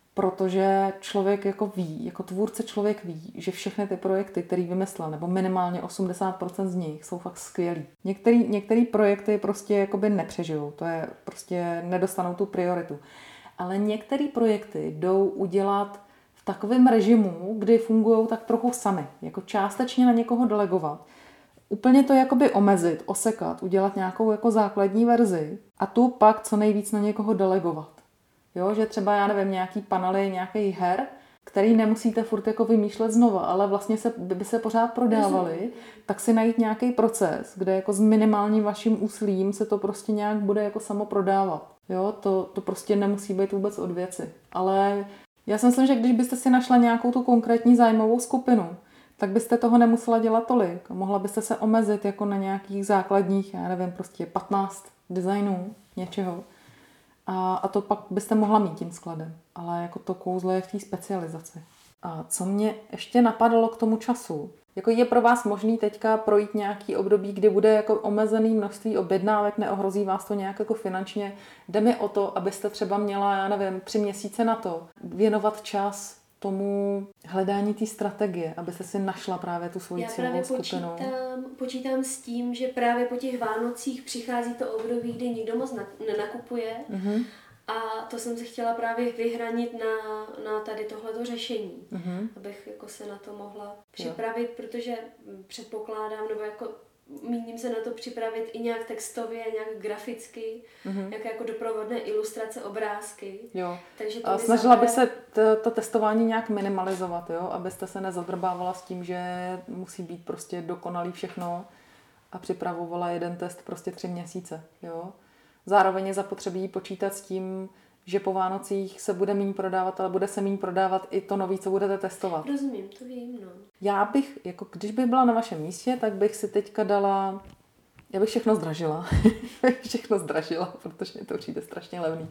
protože člověk jako ví, jako tvůrce člověk ví, že všechny ty projekty, který vymyslel, nebo minimálně osmdesát procent z nich, jsou fakt skvělý. Některý, některý projekty prostě jakoby nepřežijou, to je prostě nedostanou tu prioritu. Ale některé projekty jdou udělat v takovém režimu, kdy fungují tak trochu sami, jako částečně na někoho delegovat. Úplně to jakoby omezit, osekat, udělat nějakou jako základní verzi a tu pak co nejvíc na někoho delegovat. Jo, že třeba, já nevím, nějaký panely, nějaký her, který nemusíte furt jako vymýšlet znova, ale vlastně se, by se pořád prodávaly, tak si najít nějaký proces, kde jako s minimálním vaším úsilím se to prostě nějak bude jako samo prodávat. Jo, to, to prostě nemusí být vůbec od věci. Ale já si myslím, že když byste si našla nějakou tu konkrétní zájmovou skupinu, tak byste toho nemusela dělat tolik. Mohla byste se omezit jako na nějakých základních, já nevím, prostě patnáct designů něčeho. A, a to pak byste mohla mít tím skladem. Ale jako to kouzlo je v té specializaci. A co mě ještě napadalo k tomu času? Jako je pro vás možný teďka projít nějaký období, kdy bude jako omezený množství objednávek, neohrozí vás to nějak jako finančně. Jde mi o to, abyste třeba měla, já nevím, tři měsíce na to věnovat čas tomu hledání té strategie, abyste si našla právě tu svoji cílovou skupinu. Já právě počítám s tím, že právě po těch Vánocích přichází to období, kdy nikdo moc nenakupuje. Mm-hmm. A to jsem si chtěla právě vyhranit na, na tady tohleto řešení, mm-hmm. abych jako se na to mohla připravit, jo. Protože předpokládám, nebo jako míním se na to připravit i nějak textově, nějak graficky, mm-hmm. nějaké jako doprovodné ilustrace, obrázky. Jo. Takže to a snažila bych se to, to testování nějak minimalizovat, jo? Abyste se nezadrbávala s tím, že musí být prostě dokonalý všechno a připravovala jeden test prostě tři měsíce, jo. Zároveň je zapotřebí počítat s tím, že po Vánocích se bude méně prodávat, ale bude se méně prodávat i to nový, co budete testovat. Rozumím, to vím, no. Já bych, jako když bych byla na vašem místě, tak bych si teďka dala, já bych všechno zdražila. všechno zdražila, protože mi to přijde strašně levný.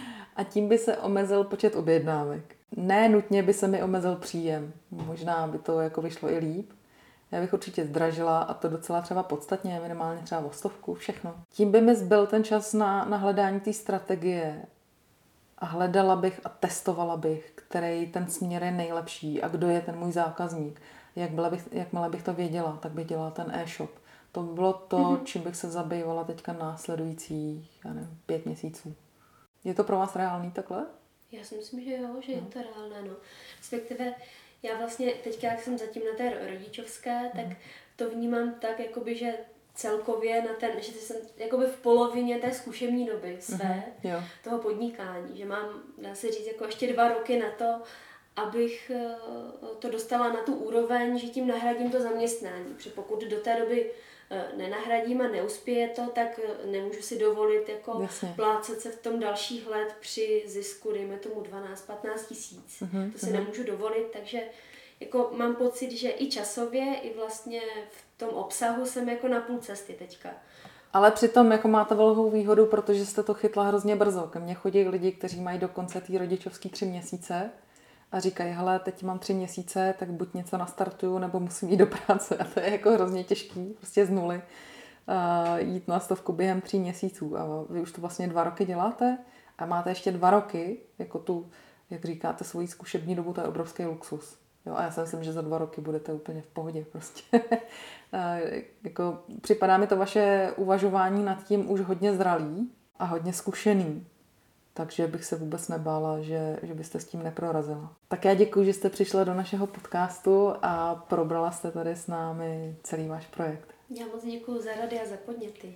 A tím by se omezil počet objednávek. Ne nutně by se mi omezil příjem. Možná by to jako vyšlo i líp, Já bych určitě zdražila a to docela třeba podstatně, minimálně třeba o stovku, všechno. Tím by mi zbyl ten čas na, na hledání té strategie a hledala bych a testovala bych, který ten směr je nejlepší a kdo je ten můj zákazník. Jakmile bych, jakmile bych to věděla, tak bych dělala ten e-shop. To by bylo to, mm-hmm. čím bych se zabývala teďka následujících, já nevím, pět měsíců. Je to pro vás reálný takhle? Já si myslím, že jo, že no. je to reálné, no. Respektive já vlastně teďka, jak jsem zatím na té rodičovské, mm. tak to vnímám tak, jakoby, že celkově na ten, že jsem jakoby v polovině té zkušební doby své, mm. toho podnikání, že mám, dá se říct, jako ještě dva roky na to, abych to dostala na tu úroveň, že tím nahradím to zaměstnání. Protože pokud do té doby nenahradím a neuspěje to, tak nemůžu si dovolit jako Jasně. plácet se v tom dalších let při zisku, dejme tomu dvanáct patnáct tisíc. Uh-huh, to si uh-huh. nemůžu dovolit, takže jako mám pocit, že i časově, i vlastně v tom obsahu jsem jako na půl cesty teďka. Ale přitom jako máte velkou výhodu, protože jste to chytla hrozně brzo. Ke mně chodí lidi, kteří mají dokonce té rodičovský tři měsíce a říkají, hele, teď mám tři měsíce, tak buď něco nastartuju, nebo musím jít do práce. A to je jako hrozně těžký, prostě z nuly uh, jít na stovku během tří měsíců. A vy už to vlastně dva roky děláte a máte ještě dva roky, jako tu, jak říkáte, svoji zkušební dobu, to je obrovský luxus. Jo, a já si myslím, že za dva roky budete úplně v pohodě prostě. Jako, připadá mi to vaše uvažování nad tím už hodně zralý a hodně zkušený. Takže bych se vůbec nebála, že, že byste s tím neprorazila. Tak já děkuji, že jste přišla do našeho podcastu a probrala jste tady s námi celý váš projekt. Já moc děkuji za rady a za podněty.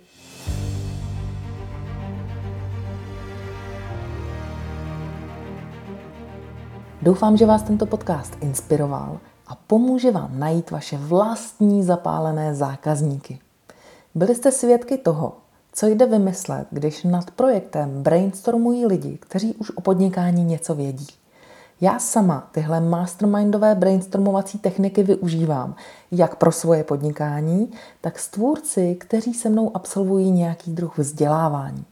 Doufám, že vás tento podcast inspiroval a pomůže vám najít vaše vlastní zapálené zákazníky. Byli jste svědky toho, co jde vymyslet, když nad projektem brainstormují lidi, kteří už o podnikání něco vědí. Já sama tyhle mastermindové brainstormovací techniky využívám jak pro svoje podnikání, tak s tvůrci, kteří se mnou absolvují nějaký druh vzdělávání.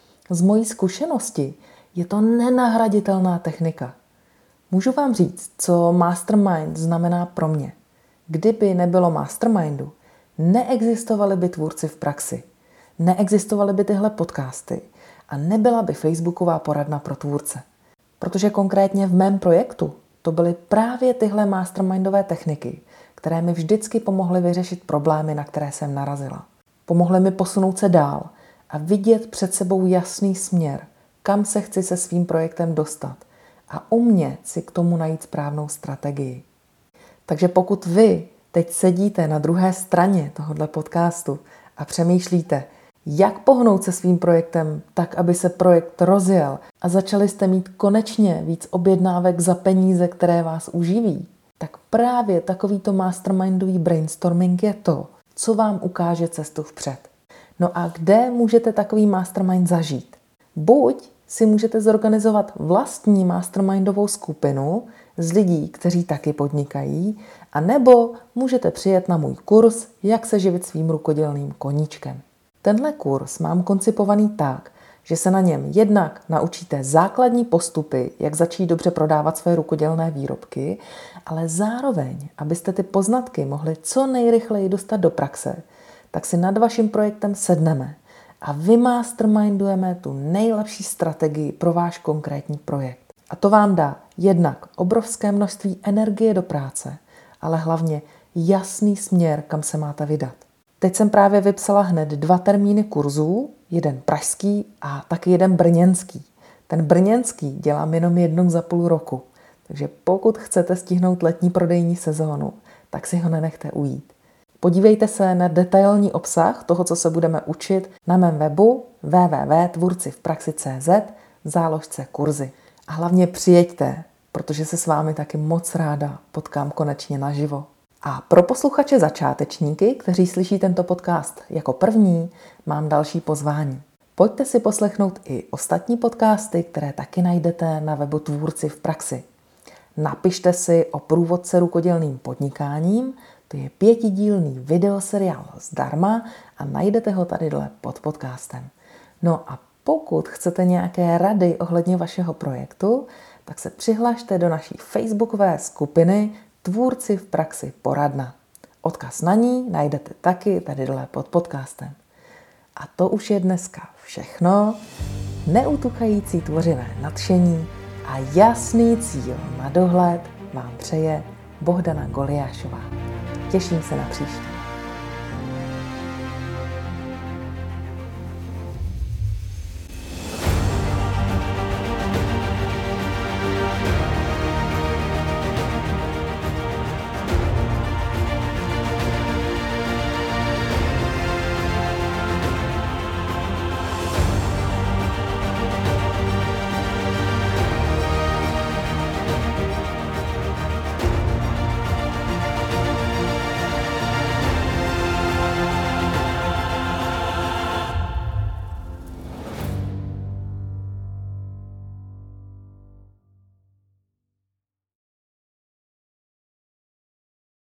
Z mojí zkušenosti je to nenahraditelná technika. Můžu vám říct, co mastermind znamená pro mě. Kdyby nebylo mastermindu, neexistovali by tvůrci v praxi, neexistovaly by tyhle podcasty a nebyla by facebooková poradna pro tvůrce. Protože konkrétně v mém projektu to byly právě tyhle mastermindové techniky, které mi vždycky pomohly vyřešit problémy, na které jsem narazila. Pomohly mi posunout se dál a vidět před sebou jasný směr, kam se chci se svým projektem dostat a umět si k tomu najít správnou strategii. Takže pokud vy teď sedíte na druhé straně tohoto podcastu a přemýšlíte, jak pohnout se svým projektem tak, aby se projekt rozjel a začali jste mít konečně víc objednávek za peníze, které vás uživí, tak právě takovýto mastermindový brainstorming je to, co vám ukáže cestu vpřed. No a kde můžete takový mastermind zažít? Buď si můžete zorganizovat vlastní mastermindovou skupinu z lidí, kteří taky podnikají, a nebo můžete přijet na můj kurz, jak se živit svým rukodělným koníčkem. Tenhle kurz mám koncipovaný tak, že se na něm jednak naučíte základní postupy, jak začít dobře prodávat své rukodělné výrobky, ale zároveň, abyste ty poznatky mohli co nejrychleji dostat do praxe, tak si nad vaším projektem sedneme a vymastermindujeme tu nejlepší strategii pro váš konkrétní projekt. A to vám dá jednak obrovské množství energie do práce, ale hlavně jasný směr, kam se máte vydat. Teď jsem právě vypsala hned dva termíny kurzů, jeden pražský a taky jeden brněnský. Ten brněnský dělám jenom jednou za půl roku, takže pokud chcete stihnout letní prodejní sezónu, tak si ho nenechte ujít. Podívejte se na detailní obsah toho, co se budeme učit na mém webu w w w tečka tvůrci v praxi tečka c z v záložce kurzy. A hlavně přijeďte, protože se s vámi taky moc ráda potkám konečně naživo. A pro posluchače začátečníky, kteří slyší tento podcast jako první, mám další pozvání. Pojďte si poslechnout i ostatní podcasty, které taky najdete na webu Tvůrci v praxi. Napište si o průvodce rukodělným podnikáním, to je pětidílný videoseriál zdarma a najdete ho tady dole pod podcastem. No a pokud chcete nějaké rady ohledně vašeho projektu, tak se přihlašte do naší facebookové skupiny Tvůrci v praxi poradna. Odkaz na ní najdete taky tady dole pod podcastem. A to už je dneska všechno. Neutuchající tvořivé nadšení a jasný cíl na dohled vám přeje Bohdana Goliášová. Těším se na příště.